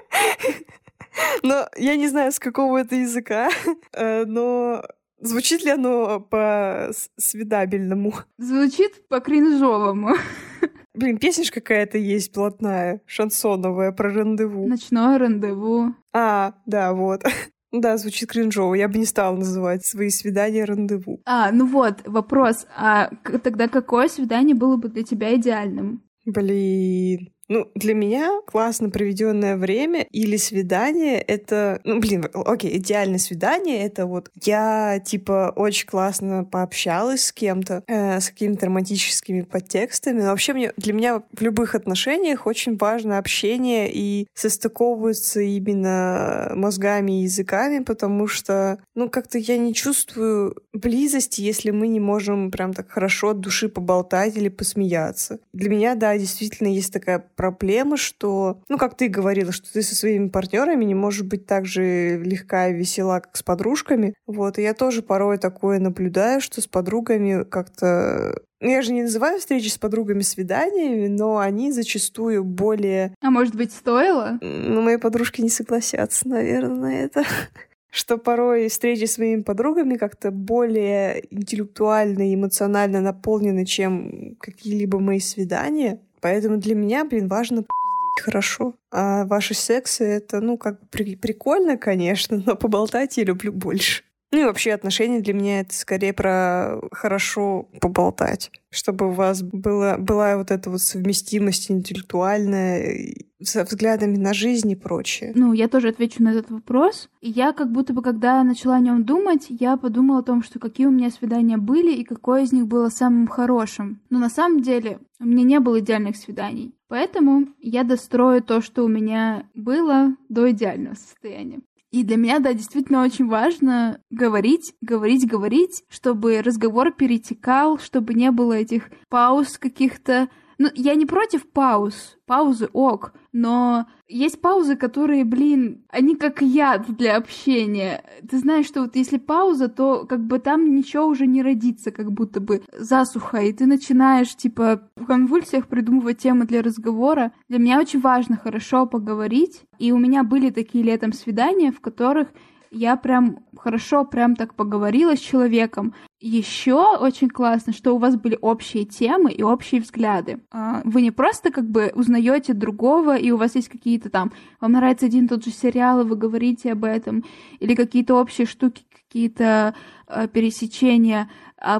Но я не знаю, с какого это языка, но звучит ли оно по-свидабельному? Звучит по-кринжовому. Блин, песня ж какая-то есть блатная, шансоновая, про рандеву. Ночное рандеву. Да, вот. Да, звучит кринжово. Я бы не стала называть свои свидания рандеву. Вопрос. Тогда какое свидание было бы для тебя идеальным? Блин. Для меня классно проведенное время или свидание — это... идеальное свидание — это вот я, очень классно пообщалась с кем-то, с какими-то романтическими подтекстами. Но вообще для меня в любых отношениях очень важно общение и состыковываться именно мозгами и языками, потому что, как-то я не чувствую близости, если мы не можем прям так хорошо от души поболтать или посмеяться. Для меня, да, действительно есть такая проблема, что, как ты говорила, что ты со своими партнерами не можешь быть так же легка и весела, как с подружками. Вот, и я тоже порой такое наблюдаю, что с подругами как-то... Я же не называю встречи с подругами свиданиями, но они зачастую более... А может быть, стоило? Мои подружки не согласятся, наверное, на это. Что порой встречи с своими подругами как-то более интеллектуально и эмоционально наполнены, чем какие-либо мои свидания. Поэтому для меня, важно попиздеть хорошо. А ваши сексы — это, прикольно, конечно, но поболтать я люблю больше. Ну и вообще отношения для меня это скорее про хорошо поболтать, чтобы у вас была вот эта вот совместимость интеллектуальная со взглядами на жизнь и прочее. Ну, я тоже отвечу на этот вопрос. И я как будто бы, когда начала о нем думать, я подумала о том, что какие у меня свидания были и какое из них было самым хорошим. Но на самом деле у меня не было идеальных свиданий. Поэтому я дострою то, что у меня было, до идеального состояния. И для меня, да, действительно очень важно говорить, чтобы разговор перетекал, чтобы не было этих пауз каких-то. Ну, я не против пауз, паузы ок, но есть паузы, которые, они как яд для общения. Ты знаешь, что вот если пауза, то как бы там ничего уже не родится, как будто бы засуха, и ты начинаешь, типа, в конвульсиях придумывать темы для разговора. Для меня очень важно хорошо поговорить, и у меня были такие летом свидания, в которых я прям хорошо прям так поговорила с человеком. Еще очень классно, что у вас были общие темы и общие взгляды. Вы не просто как бы узнаете другого, и у вас есть какие-то там, вам нравится один и тот же сериал, и вы говорите об этом, или какие-то общие штуки, какие-то пересечения.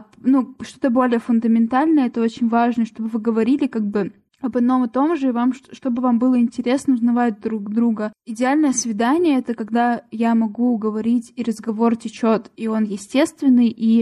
Что-то более фундаментальное, это очень важно, чтобы вы говорили как бы об одном и том же, и чтобы вам было интересно узнавать друг друга. Идеальное свидание — это когда я могу говорить, и разговор течет, и он естественный, и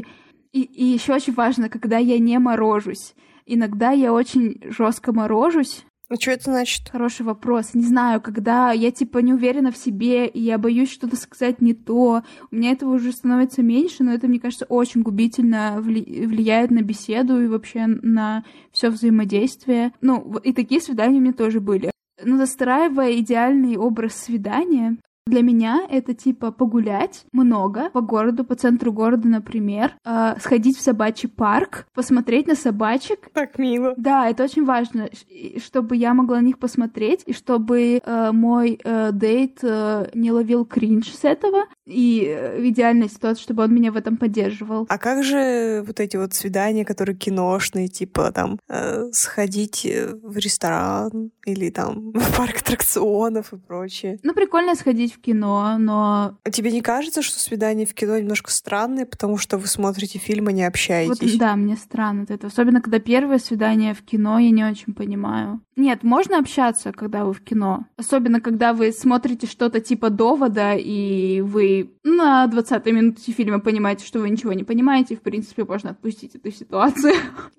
еще очень важно, когда я не морожусь. Иногда я очень жестко морожусь. А что это значит? Хороший вопрос. Не знаю, когда я, типа, не уверена в себе, и я боюсь что-то сказать не то. У меня этого уже становится меньше, но это, мне кажется, очень губительно влияет на беседу и вообще на все взаимодействие. Ну, и такие свидания у меня тоже были. Но застраивая идеальный образ свидания, для меня это типа погулять много по городу, по центру города, например, сходить в собачий парк, посмотреть на собачек. Так мило. Да, это очень важно, чтобы я могла на них посмотреть, и чтобы мой дейт не ловил кринж с этого, и в идеальной ситуации, чтобы он меня в этом поддерживал. А как же вот эти вот свидания, которые киношные, типа там сходить в ресторан или там в парк аттракционов и прочее? Ну, прикольно сходить в кино, но... А тебе не кажется, что свидания в кино немножко странные, потому что вы смотрите фильм, а не общаетесь? Вот, да, мне странно это. Особенно, когда первое свидание в кино, я не очень понимаю. Нет, можно общаться, когда вы в кино. Особенно, когда вы смотрите что-то типа «Довода», и вы на 20-й минуте фильма понимаете, что вы ничего не понимаете, и, в принципе, можно отпустить эту ситуацию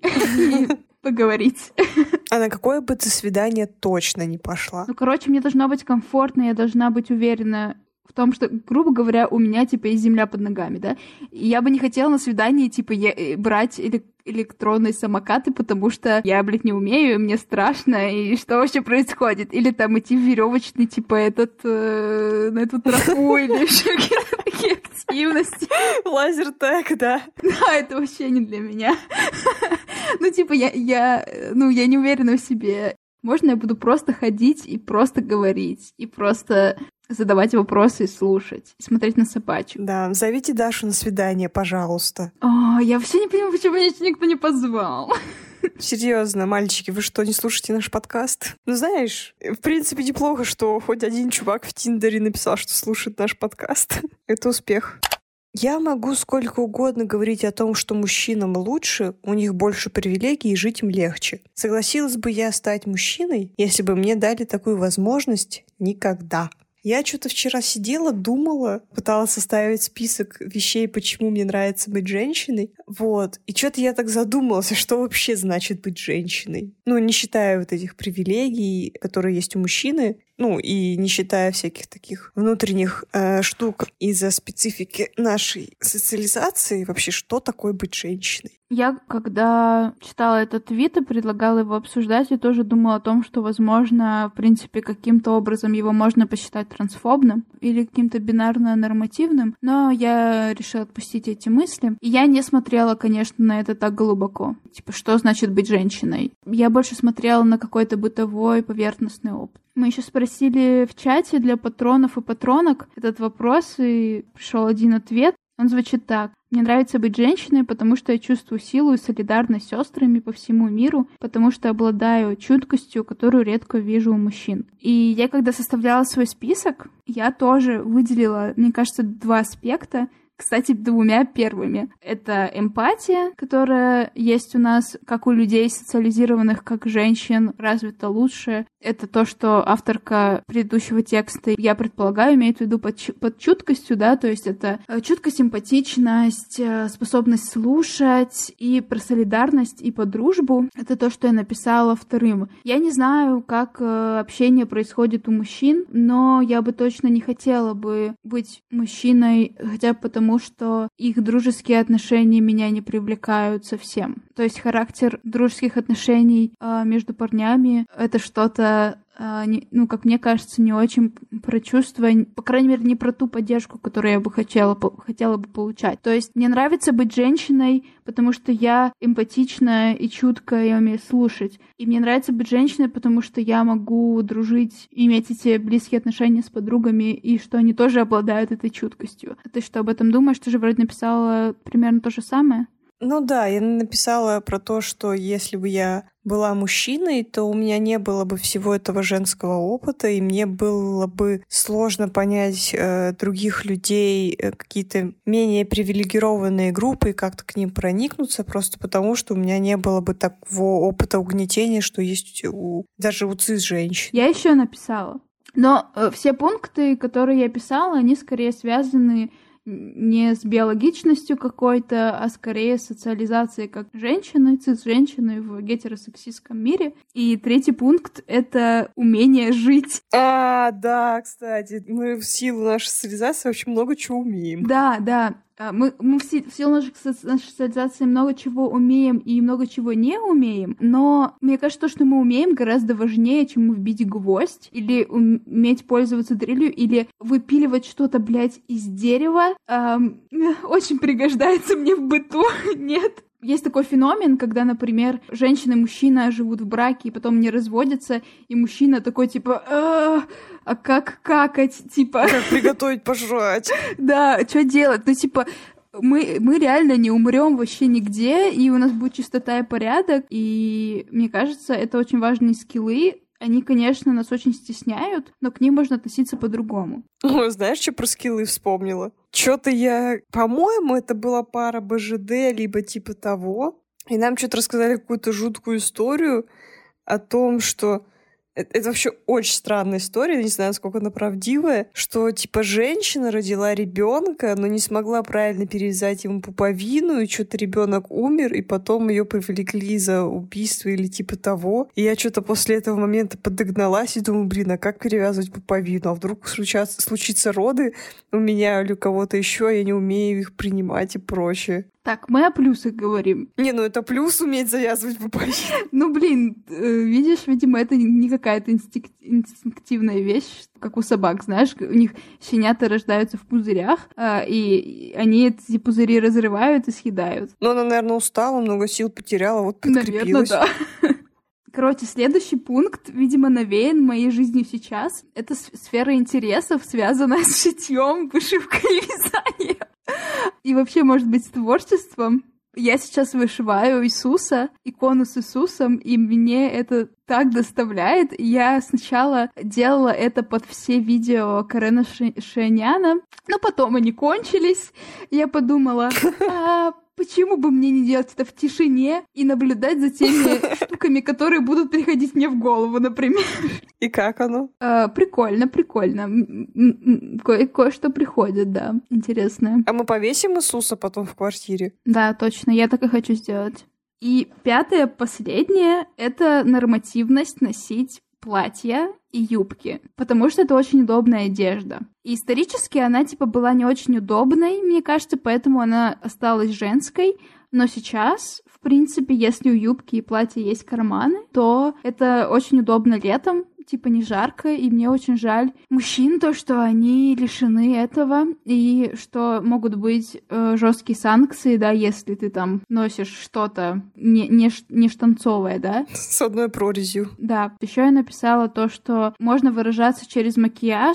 и поговорить. А на какое бы ты свидание точно не пошла? Ну, короче, мне должно быть комфортно, я должна быть уверена в том, что, грубо говоря, у меня, типа, есть земля под ногами, да? И я бы не хотела на свидании, типа, брать электронные самокаты, потому что я, не умею, и мне страшно, и что вообще происходит? Или там идти в веревочный, типа, на эту тропу, или еще какие-то такие активности. Лазертаг, да. Да, это вообще не для меня. Ну, типа, я не уверена в себе. Можно я буду просто ходить и просто говорить, и просто задавать вопросы и слушать, и смотреть на собачек. Да, зовите Дашу на свидание, пожалуйста. Я вообще не понимаю, почему меня никто не позвал. Серьезно, мальчики, вы что, не слушаете наш подкаст? Ну, знаешь, в принципе, неплохо, что хоть один чувак в Тиндере написал, что слушает наш подкаст. Это успех. Я могу сколько угодно говорить о том, что мужчинам лучше, у них больше привилегий и жить им легче. Согласилась бы я стать мужчиной, если бы мне дали такую возможность? Никогда. Я что-то вчера сидела, думала, пыталась составить список вещей, почему мне нравится быть женщиной. Вот. И что-то я так задумалась, а что вообще значит быть женщиной? Ну, не считая вот этих привилегий, которые есть у мужчины, ну, и не считая всяких таких внутренних штук из-за специфики нашей социализации, вообще, что такое быть женщиной? Я, когда читала этот твит и предлагала его обсуждать, я тоже думала о том, что, возможно, в принципе, каким-то образом его можно посчитать трансфобным или каким-то бинарно-нормативным, но я решила отпустить эти мысли. И я не смотрела, конечно, на это так глубоко. Типа, что значит быть женщиной? Я больше смотрела на какой-то бытовой поверхностный опыт. Мы еще спросили в чате для патронов и патронок этот вопрос, и пришел один ответ. Он звучит так. Мне нравится быть женщиной, потому что я чувствую силу и солидарность с сестрами по всему миру, потому что обладаю чуткостью, которую редко вижу у мужчин. И я, когда составляла свой список, я тоже выделила, мне кажется, 2 аспекта, Кстати, двумя первыми. Это эмпатия, которая есть у нас, как у людей социализированных, как женщин, развита лучше. Это то, что авторка предыдущего текста, я предполагаю, имеет в виду под чуткостью, да, то есть это чуткость, эмпатичность, способность слушать, и про солидарность, и про дружбу. Это то, что я написала вторым. Я не знаю, как общение происходит у мужчин, но я бы точно не хотела бы быть мужчиной, хотя бы потому, что их дружеские отношения меня не привлекают совсем. То есть характер дружеских отношений между парнями — это что-то, как мне кажется, не очень про чувства, по крайней мере, не про ту поддержку, которую я бы хотела бы получать. То есть мне нравится быть женщиной, потому что я эмпатичная и чуткая, я умею слушать. И мне нравится быть женщиной, потому что я могу дружить, иметь эти близкие отношения с подругами, и что они тоже обладают этой чуткостью. А ты что об этом думаешь? Ты же вроде написала примерно то же самое? Ну да, я написала про то, что если бы я была мужчиной, то у меня не было бы всего этого женского опыта, и мне было бы сложно понять других людей, какие-то менее привилегированные группы, и как-то к ним проникнуться, просто потому что у меня не было бы такого опыта угнетения, что есть даже у цис-женщин. Я еще написала. Но все пункты, которые я писала, они скорее связаны не с биологичностью какой-то, а скорее с социализацией как женщины, цис-женщины в гетеросексистском мире. И третий пункт — это умение жить. Да, кстати, мы в силу нашей социализации очень много чего умеем. Да. Мы в силу нашей социализации много чего умеем и много чего не умеем, но мне кажется, то, что мы умеем, гораздо важнее, чем вбить гвоздь, или уметь пользоваться дрелью, или выпиливать что-то, блядь, из дерева. Очень пригождается мне в быту. Нет. Есть такой феномен, когда, например, женщина и мужчина живут в браке и потом не разводятся, и мужчина такой, типа, а как какать, типа... Как приготовить пожрать? Да, что делать? Ну, типа, мы реально не умрем вообще нигде, и у нас будет чистота и порядок, и мне кажется, это очень важные скиллы. Они, конечно, нас очень стесняют, но к ним можно относиться по-другому. Ой, знаешь, что про скиллы вспомнила? Что-то я... По-моему, это была пара БЖД, либо типа того. И нам что-то рассказали какую-то жуткую историю о том, что... Это вообще очень странная история, не знаю, насколько она правдивая, что, типа, женщина родила ребенка, но не смогла правильно перевязать ему пуповину, и что-то ребенок умер, и потом ее привлекли за убийство или типа того. И я что-то после этого момента подогналась и думаю, блин, а как перевязывать пуповину? А вдруг случится роды у меня или у кого-то еще, я не умею их принимать и прочее. Так, мы о плюсах говорим. Не, ну это плюс уметь завязывать пуповину. Ну, блин, видишь, видимо, это не какая-то инстинктивная вещь, как у собак, знаешь, у них щенята рождаются в пузырях, и они эти пузыри разрывают и съедают. Ну, она, наверное, устала, много сил потеряла, вот подкрепилась. Наверное, да. Короче, следующий пункт, видимо, навеян моей жизнью сейчас. Это сфера интересов, связанная с шитьем, вышивкой и вязанием. И вообще, может быть, с творчеством. Я сейчас вышиваю Иисуса, икону с Иисусом, и мне это так доставляет. Я сначала делала это под все видео Карена Шианяна, но потом они кончились. Я подумала, почему бы мне не делать это в тишине и наблюдать за теми штуками, которые будут приходить мне в голову, например. И как оно? Прикольно. Кое-что приходит, да, интересное. А мы повесим Иисуса потом в квартире? Да, точно, я так и хочу сделать. И пятое, последнее, это нормативность носить платья и юбки, потому что это очень удобная одежда. И исторически она, была не очень удобной, мне кажется, поэтому она осталась женской, но сейчас, в принципе, если у юбки и платья есть карманы, то это очень удобно летом, не жарко, и мне очень жаль мужчин, то, что они лишены этого, и что могут быть жесткие санкции, да, если ты там носишь что-то не штанцовое, да. С одной прорезью. Да. Еще я написала то, что можно выражаться через макияж,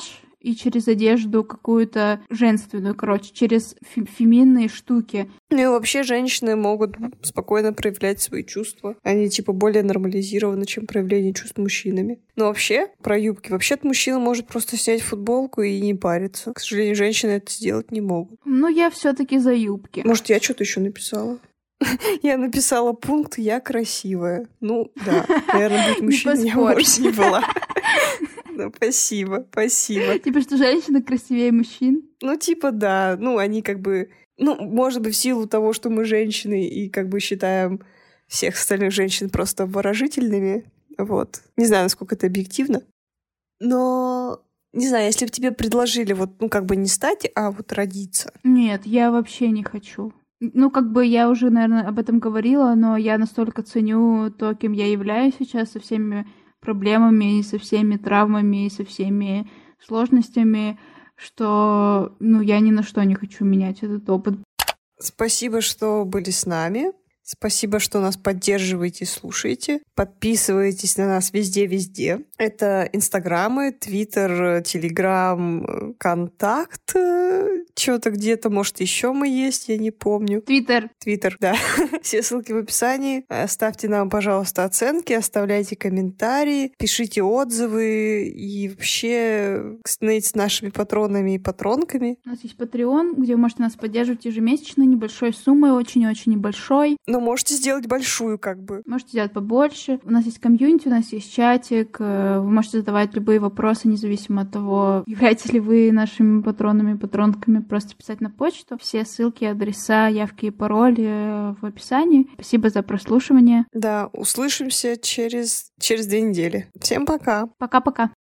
и через одежду какую-то женственную, короче, через феминные штуки. Ну и вообще женщины могут спокойно проявлять свои чувства. Они типа более нормализированы, чем проявление чувств мужчинами. Но вообще, про юбки. Вообще-то мужчина может просто снять футболку и не париться. К сожалению, женщины это сделать не могут. Ну, я все-таки за юбки. Может, я что-то еще написала? Я написала пункт «Я красивая». Ну, да. Наверное, быть мужчиной я, может, не была. Ну, спасибо. Типа, что женщины красивее мужчин? Ну, типа, да. Ну, они как бы... Ну, может быть, в силу того, что мы женщины и как бы считаем всех остальных женщин просто обворожительными. Вот. Не знаю, насколько это объективно. Но... Не знаю, если бы тебе предложили вот, ну, как бы не стать, а вот родиться. Нет, я вообще не хочу. Ну, как бы я уже, наверное, об этом говорила, но я настолько ценю то, кем я являюсь сейчас, со всеми проблемами, и со всеми травмами, и со всеми сложностями, что, ну, я ни на что не хочу менять этот опыт. Спасибо, что были с нами. Спасибо, что нас поддерживаете и слушаете. Подписывайтесь на нас везде-везде. Это инстаграмы, твиттер, телеграм, контакт. Что-то где-то, может, еще мы есть, я не помню. Твиттер, да. Все ссылки в описании. Ставьте нам, пожалуйста, оценки, оставляйте комментарии, пишите отзывы и вообще становитесь нашими патронами и патронками. У нас есть Patreon, где вы можете нас поддерживать ежемесячно небольшой суммой, очень-очень небольшой. Но можете сделать большую, как бы. Можете сделать побольше. У нас есть комьюнити, у нас есть чатик. Вы можете задавать любые вопросы, независимо от того, являетесь ли вы нашими патронами, патронками. Просто писать на почту. Все ссылки, адреса, явки и пароли в описании. Спасибо за прослушивание. Да, услышимся через 2 недели. Всем пока. Пока-пока.